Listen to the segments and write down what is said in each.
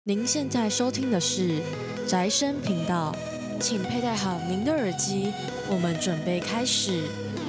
您现在收听的是宅生频道，请佩戴好您的耳机，我们准备开始。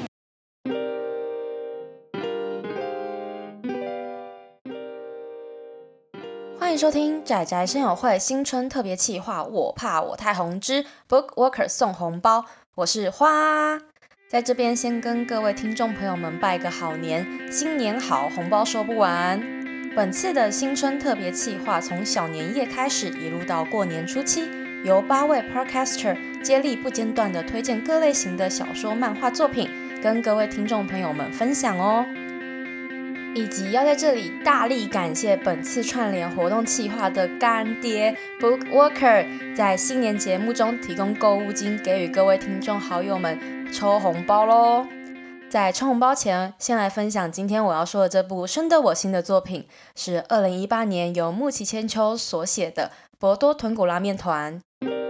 欢迎收听宅宅声友会新春特别企划，我怕我太红之 BookWalker 送红包，我是花。在这边先跟各位听众朋友们拜个好年，新年好，红包收不完。本次的新春特别企划从小年夜开始，一路到过年初七，由8位 Podcaster 接力不间断地推荐各类型的小说、漫画作品，跟各位听众朋友们分享哦。以及要在这里大力感谢本次串联活动企划的干爹 BookWalker， 在新年节目中提供购物金给予各位听众好友们抽红包咯。在抽红包前，先来分享今天我要说的这部深得我心的作品，是2018年由木崎千秋所写的《博多豚骨拉面团》。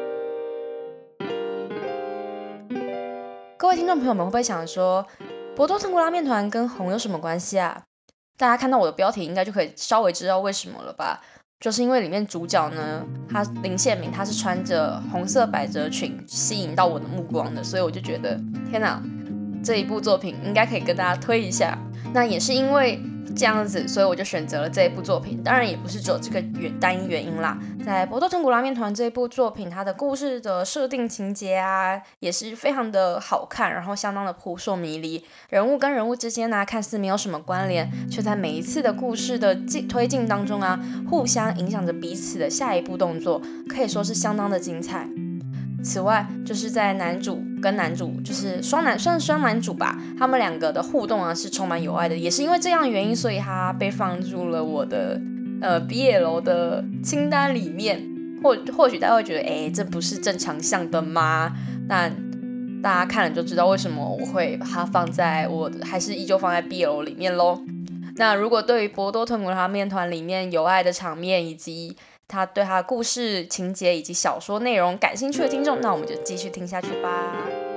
各位听众朋友们会不会想说，博多豚骨拉面团跟红有什么关系啊？大家看到我的标题应该就可以稍微知道为什么了吧？就是因为里面主角呢，他林宪明他是穿着红色百褶裙吸引到我的目光的，所以我就觉得天哪，这一部作品应该可以跟大家推一下。那也是因为这样子，所以我就选择了这一部作品。当然也不是只有这个单一原因啦。在《博多豚骨拉面团》这一部作品，它的故事的设定情节啊，也是非常的好看，然后相当的扑朔迷离。人物跟人物之间呢，看似没有什么关联，却在每一次的故事的推进当中啊，互相影响着彼此的下一步动作，可以说是相当的精彩。此外，就是在男主跟男主，就是算双男主吧，他们两个的互动啊是充满有爱的，也是因为这样的原因，所以他被放入了我的BL 的清单里面。或许大家会觉得，这不是正常向的吗？那大家看了就知道为什么我会把它放在还是依旧放在 BL 里面咯。那如果对于博多豚骨拉面团里面有爱的场面，以及他对他的故事情节以及小说内容感兴趣的听众，那我们就继续听下去吧。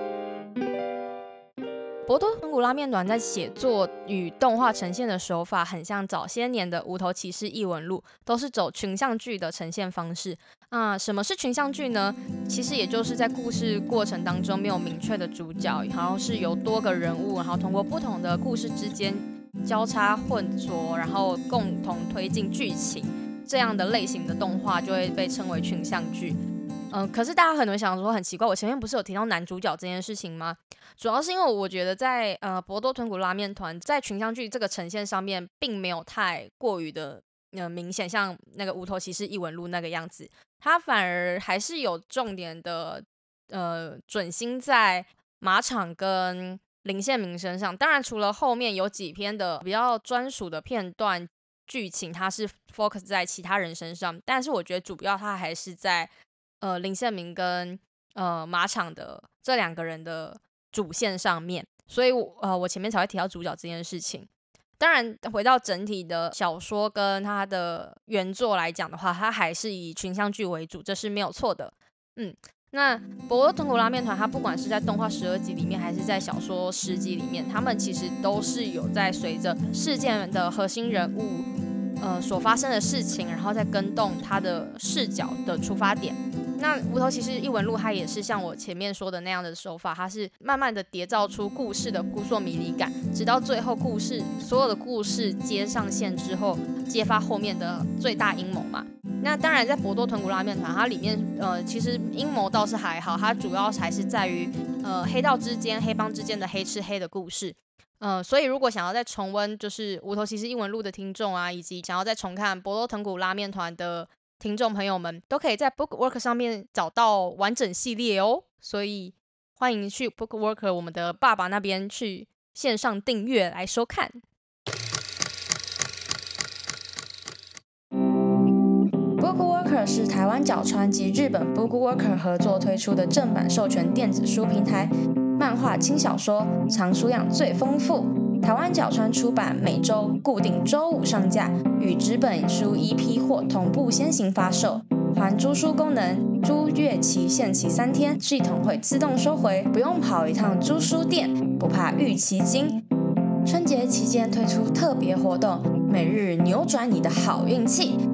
博多豚骨拉面团在写作与动画呈现的手法很像早些年的无头骑士异闻录，都是走群像剧的呈现方式。什么是群像剧呢？其实也就是在故事过程当中没有明确的主角，然后是由多个人物，然后通过不同的故事之间交叉混浊，然后共同推进剧情，这样的类型的动画就会被称为群像剧。可是大家可能会想说很奇怪，我前面不是有提到男主角这件事情吗？主要是因为我觉得在博多豚骨拉面团在群像剧这个呈现上面并没有太过于的明显，像那个无头骑士异闻录那个样子，它反而还是有重点的准心在马场跟林宪明身上。当然除了后面有几篇的比较专属的片段剧情它是 focus 在其他人身上，但是我觉得主要它还是在林宪明跟马场的这两个人的主线上面，所以我前面才会提到主角这件事情。当然回到整体的小说跟他的原作来讲的话，它还是以群像剧为主，这是没有错的。那博多豚骨拉面团它不管是在动画12集里面还是在小说10集里面，他们其实都是有在随着事件的核心人物所发生的事情，然后再跟动他的视角的出发点。那无头骑士异闻录它也是像我前面说的那样的手法，它是慢慢的叠造出故事的扑朔迷离感，直到最后所有的故事接上线之后，揭发后面的最大阴谋嘛。那当然在博多豚骨拉面团它里面其实阴谋倒是还好，它主要还是在于黑道之间黑帮之间的黑吃黑的故事。所以如果想要再重温就是无头骑士异闻录的听众啊，以及想要再重看博多豚骨拉面团的听众朋友们，都可以在 BookWalker 上面找到完整系列哦。所以欢迎去 BookWalker 我们的爸爸那边去线上订阅来收看。BookWalker 是台湾角川及日本 BookWalker 合作推出的正版授权电子书平台，漫画、轻小说藏书量最丰富。台湾角川出版每周固定周5上架，与纸本书EP或同步先行发售，还租书功能，租阅期限期3天，系统会自动收回，不用跑一趟租书店，不怕逾期金。春节期间推出特别活动，每日扭转你的好运气，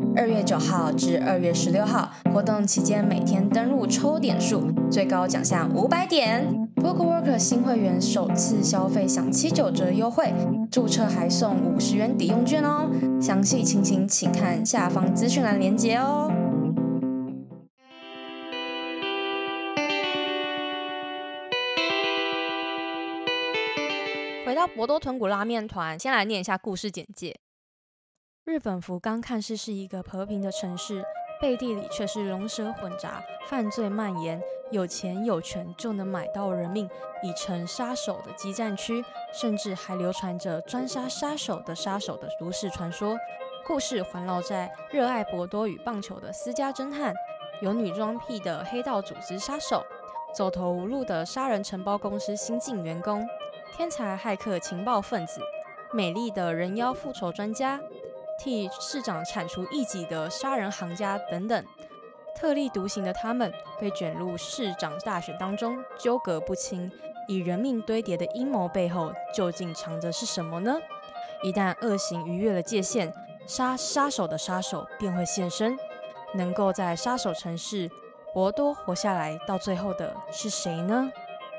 2月9号至2月16号，活动期间每天登入抽点数，最高奖项500点。BookWalker 新会员首次消费享79折优惠，注册还送50元抵用券哦。详细情形请看下方资讯栏连结哦。回到博多豚骨拉面团，先来念一下故事简介。日本福冈看似是一个和平的城市，背地里却是龙蛇混杂，犯罪蔓延，有钱有权就能买到人命，已成杀手的激战区，甚至还流传着专杀杀手的都市传说。故事环绕在热爱博多与棒球的私家侦探，有女装癖的黑道组织杀手，走投无路的杀人承包公司新进员工，天才骇客情报分子，美丽的人妖复仇专家，替市长铲除异己的杀人行家等等。特立独行的他们被卷入市长大选当中，纠葛不清，以人命堆叠的阴谋背后究竟藏着是什么呢？一旦恶行逾越了界限，杀手的杀手便会现身。能够在杀手城市博多活下来，到最后的是谁呢？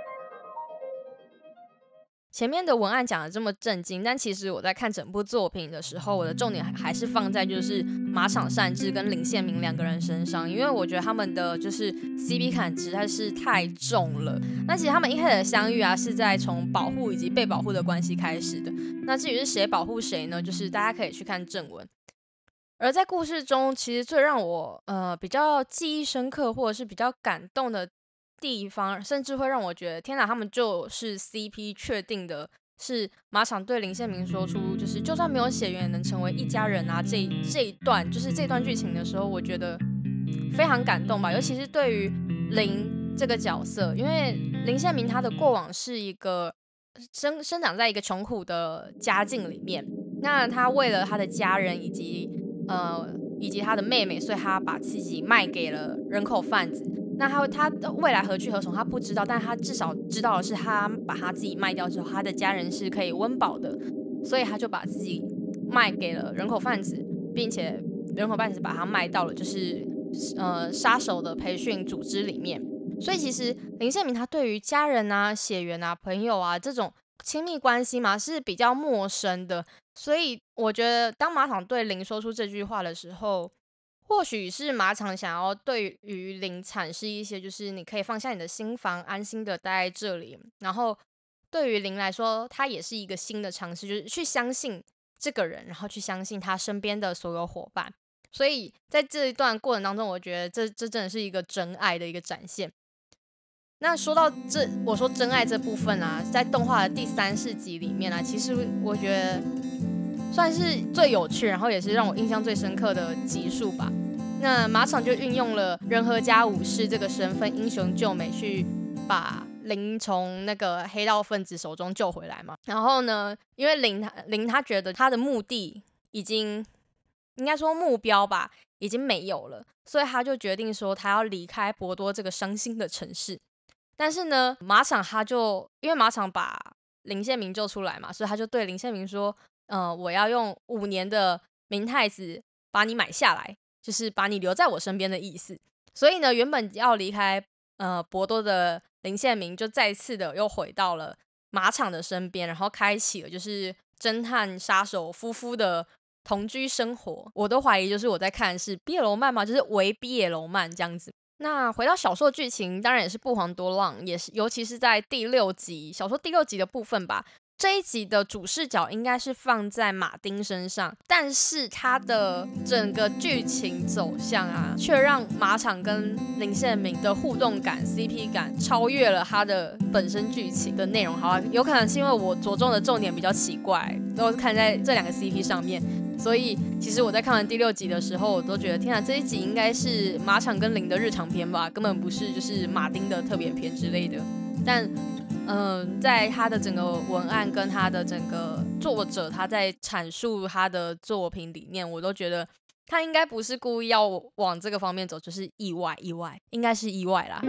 前面的文案讲得这么震惊，但其实我在看整部作品的时候，我的重点还是放在就是马场善志跟林宪明两个人身上，因为我觉得他们的就是 CP 感实在是太重了。那其实他们一开始的相遇啊，是在从保护以及被保护的关系开始的。那至于是谁保护谁呢？就是大家可以去看正文。而在故事中，其实最让我比较记忆深刻，或者是比较感动的地方，甚至会让我觉得天哪，他们就是 CP 确定的，是马场对林宪明说出就是就算没有血缘也能成为一家人啊，这一段就是这段剧情的时候，我觉得非常感动吧。尤其是对于林这个角色，因为林宪明他的过往是一个生长在一个穷苦的家境里面，那他为了他的家人以及他的妹妹，所以他把自己卖给了人口贩子。那他未来何去何从他不知道，但他至少知道的是，他把他自己卖掉之后，他的家人是可以温饱的，所以他就把自己卖给了人口贩子，并且人口贩子把他卖到了就是杀手的培训组织里面。所以其实林宪明他对于家人啊、血缘啊、朋友啊这种亲密关系嘛是比较陌生的，所以我觉得当马场对林说出这句话的时候，或许是马场想要对于林阐释一些，就是你可以放下你的心房，安心的待在这里。然后对于林来说，他也是一个新的尝试，就是去相信这个人，然后去相信他身边的所有伙伴。所以在这一段过程当中，我觉得这真的是一个真爱的一个展现。那说到我说真爱这部分啊，在动画的第3、4集里面啊，其实我觉得算是最有趣，然后也是让我印象最深刻的集数吧。那马场就运用了人和家武士这个身份，英雄救美，去把林从那个黑道分子手中救回来嘛。然后呢，因为林他觉得他的目的已经，应该说目标吧，已经没有了，所以他就决定说他要离开博多这个伤心的城市。但是呢，马场因为马场把林宪明救出来嘛，所以他就对林宪明说，我要用5年的明太子把你买下来，就是把你留在我身边的意思。所以呢，原本要离开博多的林宪明就再次的又回到了马场的身边，然后开启了就是侦探杀手夫妇的同居生活。我都怀疑就是我在看的是 BL 漫嘛，就是伪 BL 漫这样子。那回到小说剧情，当然也是不遑多让，也是尤其是在小说第6集的部分吧。这一集的主视角应该是放在马丁身上，但是他的整个剧情走向啊，却让马场跟林宪明的互动感、CP 感超越了他的本身剧情的内容。好啊，有可能是因为我着重的重点比较奇怪，都看在这2个 CP 上面。所以其实我在看完第6集的时候，我都觉得天啊，这一集应该是马场跟林的日常篇吧，根本不是就是马丁的特别篇之类的。但在他的整个文案跟他的整个作者他在阐述他的作品理念，我都觉得他应该不是故意要往这个方面走，就是意外，应该是意外啦。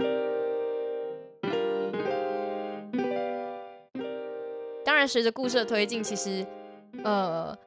当然随着故事的推进，其实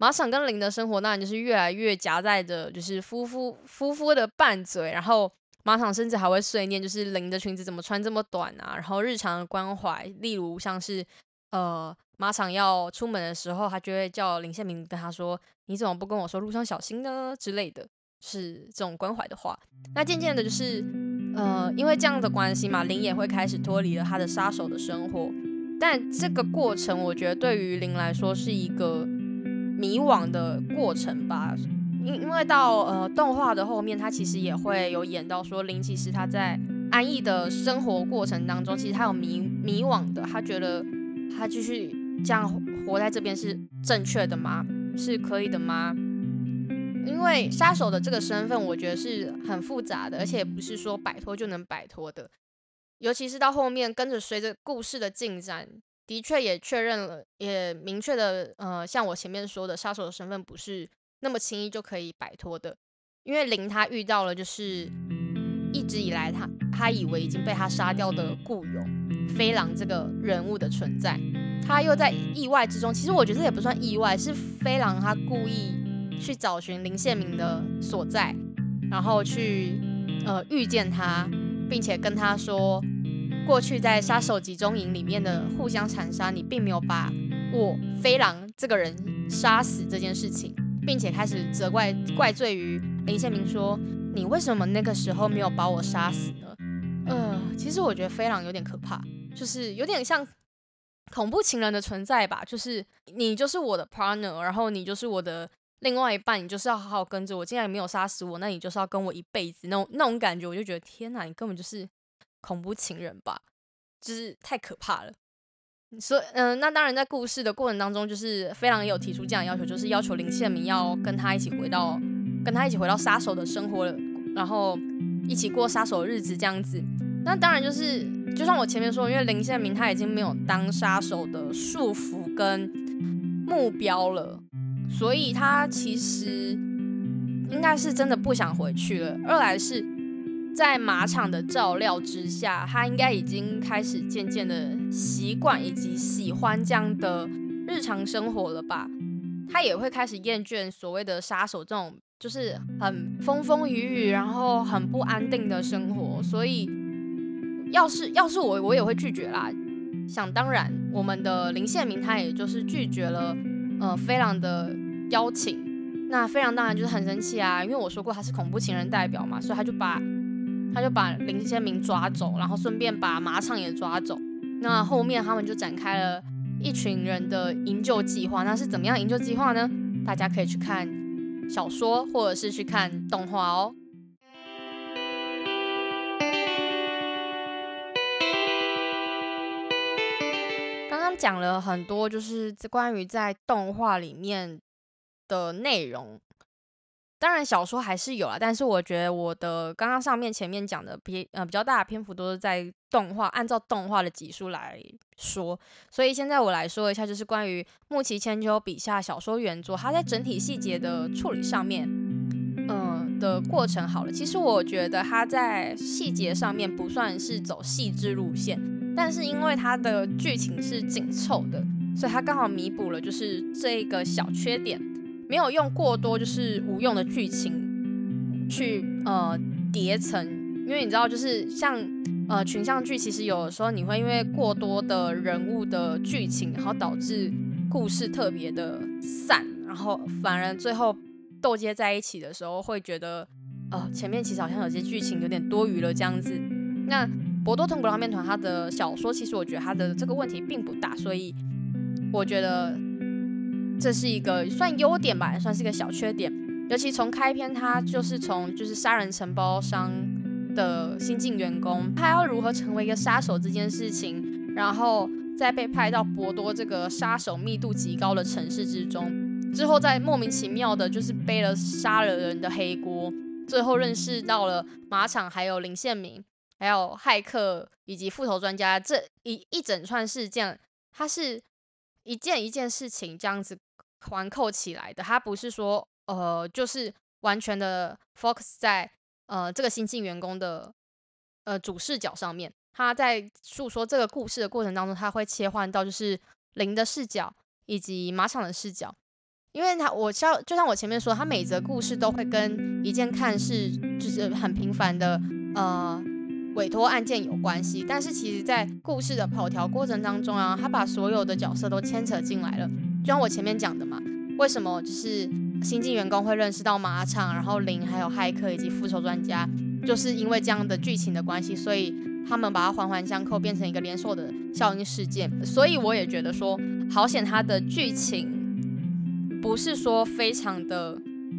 马场跟林的生活当然就是越来越夹在着就是夫妇的拌嘴，然后马场甚至还会碎念，就是林的裙子怎么穿这么短啊，然后日常的关怀，例如像是马场要出门的时候，他就会叫林宪明跟他说：“你怎么不跟我说路上小心呢？”之类的，是这种关怀的话。那渐渐的，就是因为这样的关系嘛，林也会开始脱离了他的杀手的生活。但这个过程，我觉得对于林来说是一个迷惘的过程吧。因为到动画的后面，他其实也会有演到说，林其实他在安逸的生活过程当中，其实他有迷惘的，他觉得他继续这样活在这边是正确的吗？是可以的吗？因为杀手的这个身份，我觉得是很复杂的，而且不是说摆脱就能摆脱的。尤其是到后面跟着随着故事的进展，的确也确认了，也明确的像我前面说的，杀手的身份不是那么轻易就可以摆脱的。因为林他遇到了就是一直以来他以为已经被他杀掉的故友飞狼这个人物的存在，他又在意外之中，其实我觉得这也不算意外，是飞狼他故意去找寻林宪明的所在，然后去遇见他，并且跟他说，过去在杀手集中营里面的互相残杀，你并没有把我飞狼这个人杀死这件事情，并且开始怪罪于林宪明说，你为什么那个时候没有把我杀死呢？其实我觉得飞狼有点可怕，就是有点像恐怖情人的存在吧，就是你就是我的 partner， 然后你就是我的另外一半，你就是要好好跟着我，既然你没有杀死我，那你就是要跟我一辈子，那种感觉，我就觉得天哪，你根本就是恐怖情人吧，就是太可怕了。所以，那当然，在故事的过程当中，就是飞狼也有提出这样的要求，就是要求林宪明要跟他一起回到杀手的生活了，然后一起过杀手的日子这样子。那当然就是，就像我前面说，因为林宪明他已经没有当杀手的束缚跟目标了，所以他其实应该是真的不想回去了。二来是在马场的照料之下，他应该已经开始渐渐的习惯以及喜欢这样的日常生活了吧。他也会开始厌倦所谓的杀手这种就是很风风雨雨，然后很不安定的生活。所以要是我也会拒绝啦。想当然，我们的林宪明他也就是拒绝了飞狼的邀请。那飞狼当然就是很生气啊，因为我说过他是恐怖情人代表嘛，所以他就把林宪明抓走，然后顺便把马场也抓走。那后面他们就展开了一群人的营救计划。那是怎么样营救计划呢？大家可以去看小说，或者是去看动画哦。刚刚讲了很多，就是关于在动画里面的内容。当然小说还是有啦，但是我觉得我的刚刚前面讲的比较大的篇幅都是在按照动画的集数来说，所以现在我来说一下，就是关于木崎千秋笔下小说原作，它在整体细节的处理上面，的过程好了。其实我觉得它在细节上面不算是走细致路线，但是因为它的剧情是紧凑的，所以它刚好弥补了就是这个小缺点。没有用过多就是无用的剧情去叠层，因为你知道就是像群像剧，其实有的时候你会因为过多的人物的剧情，然后导致故事特别的散，然后反而最后斗接在一起的时候会觉得前面其实好像有些剧情有点多余了这样子。那博多藤古拉面团他的小说，其实我觉得他的这个问题并不大，所以我觉得这是一个算优点吧，也算是一个小缺点。尤其从开篇，他就是从杀人承包商的新进员工，他要如何成为一个杀手这件事情，然后再被派到博多这个杀手密度极高的城市之中，之后再莫名其妙的就是背了杀了人的黑锅，最后认识到了马场，还有林宪明，还有骇客以及复仇专家这一整串事件，它是一件一件事情这样子环扣起来的，它不是说就是完全的 focus 在这个新进员工的主视角上面。他在诉说这个故事的过程当中，他会切换到就是林的视角以及马场的视角， 因为就像我前面说，他每则故事都会跟一件看似就是很平凡的委托案件有关系，但是其实在故事的跑条过程当中啊，他把所有的角色都牵扯进来了。就像我前面讲的嘛，为什么就是新进员工会认识到马场，然后林还有骇客以及复仇专家，就是因为这样的剧情的关系，所以他们把它环环相扣，变成一个连锁的效应事件。所以我也觉得说，好险它的剧情不是说非常的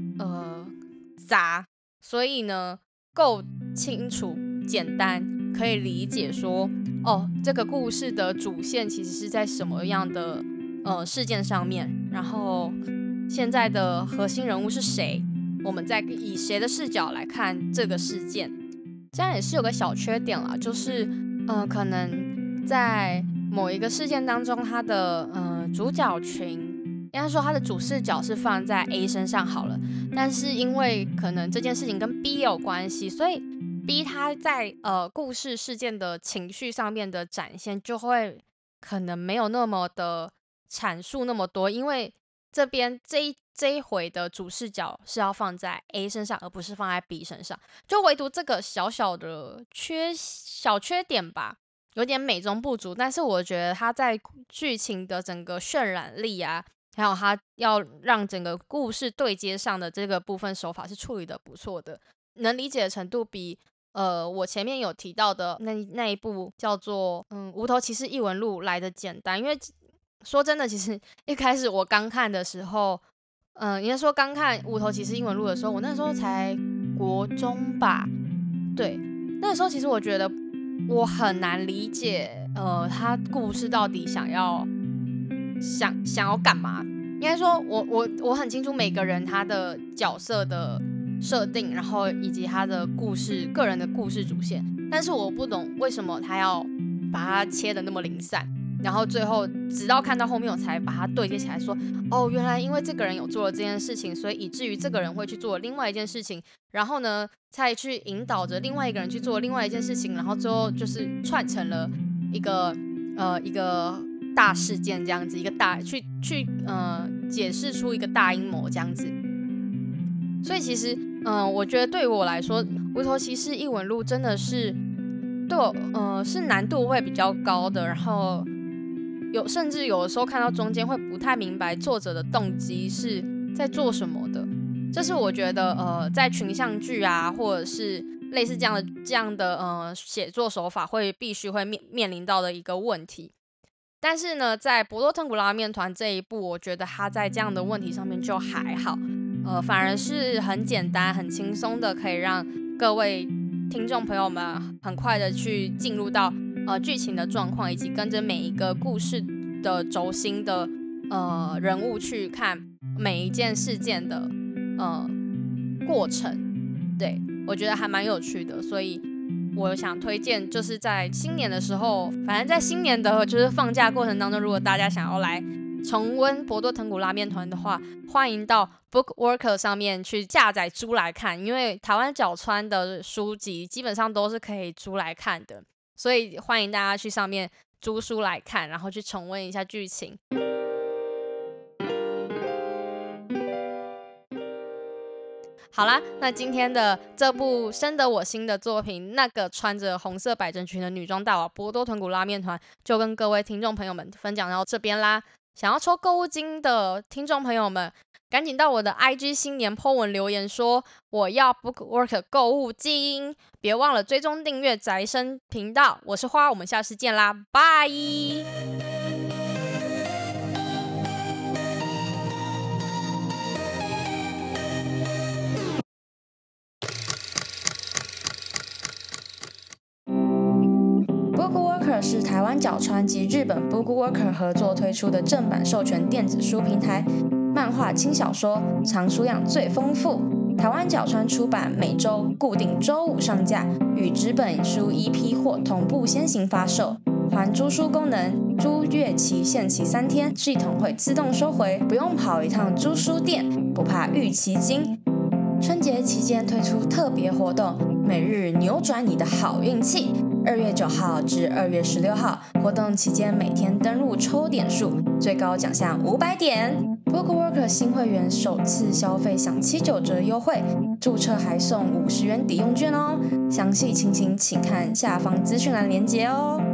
杂，所以呢够清楚简单，可以理解说这个故事的主线其实是在什么样的事件上面，然后现在的核心人物是谁，我们再以谁的视角来看这个事件。这样也是有个小缺点啦，就是可能在某一个事件当中，它的主角群应该说他的主视角是放在 A 身上好了，但是因为可能这件事情跟 B 有关系，所以 B 他在故事事件的情绪上面的展现就会可能没有那么的阐述那么多，因为这边这一回的主视角是要放在 A 身上，而不是放在 B 身上，就唯独这个小小的小缺点吧，有点美中不足，但是我觉得他在剧情的整个渲染力啊，还有他要让整个故事对接上的这个部分手法是处理的不错的，能理解的程度比我前面有提到的那一部叫做无头骑士异闻录来的简单。因为说真的，其实一开始我刚看的时候，应该说刚看无头骑士异闻录的时候，我那时候才国中吧，对，那个时候其实我觉得我很难理解他故事到底想要干嘛。应该说我很清楚每个人他的角色的设定，然后以及他的个人的故事主线，但是我不懂为什么他要把它切得那么零散，然后最后直到看到后面我才把它对接起来说，原来因为这个人有做了这件事情，所以以至于这个人会去做另外一件事情，然后呢再去引导着另外一个人去做另外一件事情，然后最后就是串成了一个大事件这样子，一个大去解释出一个大阴谋这样子。所以其实我觉得对于我来说，无头骑士异闻录真的是对我是难度会比较高的，然后甚至有的时候看到中间会不太明白作者的动机是在做什么的，这是我觉得在群像剧啊或者是类似这样的写作手法必须会面临到的一个问题。但是呢，在博多藤古拉面团这一部，我觉得他在这样的问题上面就还好，反而是很简单很轻松的，可以让各位听众朋友们很快的去进入到剧情的状况，以及跟着每一个故事的轴心的人物去看每一件事件的过程。对，我觉得还蛮有趣的，所以我想推荐，就是在新年的时候，反正在新年的就是放假过程当中，如果大家想要来重温博多藤古拉面团的话，欢迎到 Bookworker 上面去下载租来看，因为台湾角川的书籍基本上都是可以租来看的，所以欢迎大家去上面租书来看，然后去重温一下剧情。好啦，那今天的这部深得我心的作品，那个穿着红色百褶裙的女装大佬博多豚骨拉面团，就跟各位听众朋友们分享到这边啦。想要抽购物金的听众朋友们，赶紧到我的 IG 新年 po 文留言说我要 Bookworker 购物金，别忘了追踪订阅宅生频道。我是花，我们下次见啦，拜。 Bookworker 是台湾角川及日本 Bookworker 合作推出的正版授权电子书平台，漫画、轻小说藏书量最丰富。台湾角川出版每周固定周五上架，与纸本书EP或同步先行发售，还租书功能，租阅期限期3天，系统会自动收回，不用跑一趟租书店，不怕逾期金。春节期间推出特别活动，每日扭转你的好运气。2月9号至2月16号，活动期间每天登录抽点数，最高奖项500点。 BookWorker 新会员首次消费享7.9折优惠，注册还送50元抵用券哦。详细情形请看下方资讯栏连结哦。